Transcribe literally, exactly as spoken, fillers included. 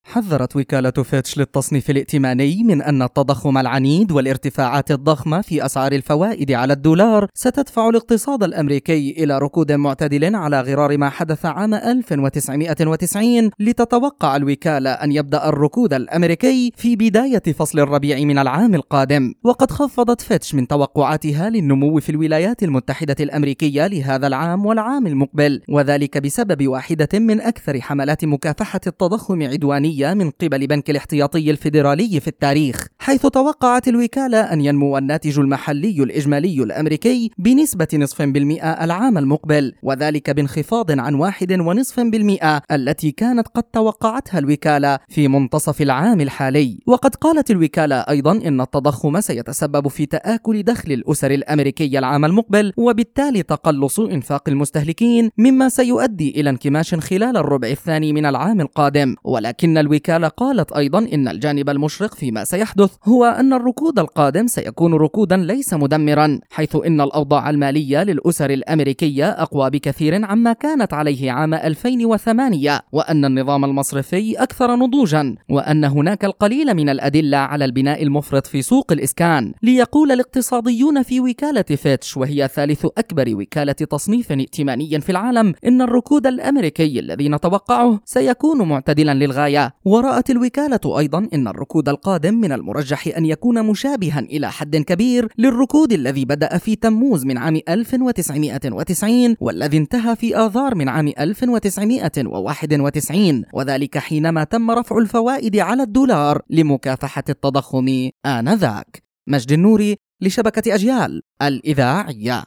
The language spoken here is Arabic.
حذرت وكالة فيتش للتصنيف الائتماني من أن التضخم العنيد والارتفاعات الضخمة في أسعار الفوائد على الدولار ستدفع الاقتصاد الأمريكي إلى ركود معتدل على غرار ما حدث عام ألف وتسعمائة وتسعين. لتتوقع الوكالة أن يبدأ الركود الأمريكي في بداية فصل الربيع من العام القادم. وقد خفضت فيتش من توقعاتها للنمو في الولايات المتحدة الأمريكية لهذا العام والعام المقبل، وذلك بسبب واحدة من أكثر حملات مكافحة التضخم عدوانية من قبل بنك الاحتياطي الفيدرالي في التاريخ، حيث توقعت الوكالة أن ينمو الناتج المحلي الإجمالي الأمريكي بنسبة نصف بالمئة العام المقبل، وذلك بانخفاض عن واحد ونصف بالمئة التي كانت قد توقعتها الوكالة في منتصف العام الحالي. وقد قالت الوكالة أيضا إن التضخم سيتسبب في تآكل دخل الأسر الأمريكية العام المقبل، وبالتالي تقلص إنفاق المستهلكين، مما سيؤدي إلى انكماش خلال الربع الثاني من العام القادم. ولكن الوكالة قالت أيضا إن الجانب المشرق فيما سيحدث هو أن الركود القادم سيكون ركودا ليس مدمرا، حيث إن الأوضاع المالية للأسر الأمريكية أقوى بكثير عما كانت عليه عام ألفين وثمانية، وأن النظام المصرفي أكثر نضوجا، وأن هناك القليل من الأدلة على البناء المفرط في سوق الإسكان. ليقول الاقتصاديون في وكالة فيتش، وهي ثالث أكبر وكالة تصنيف ائتماني في العالم، إن الركود الأمريكي الذي نتوقعه سيكون معتدلا للغاية. ورأت الوكالة أيضا إن الركود القادم من المرجح أن يكون مشابها إلى حد كبير للركود الذي بدأ في تموز من عام ألف وتسعمائة وتسعين والذي انتهى في آذار من عام ألف وتسعمائة وواحد وتسعين، وذلك حينما تم رفع الفوائد على الدولار لمكافحة التضخم آنذاك. مجد النوري لشبكة أجيال الإذاعية.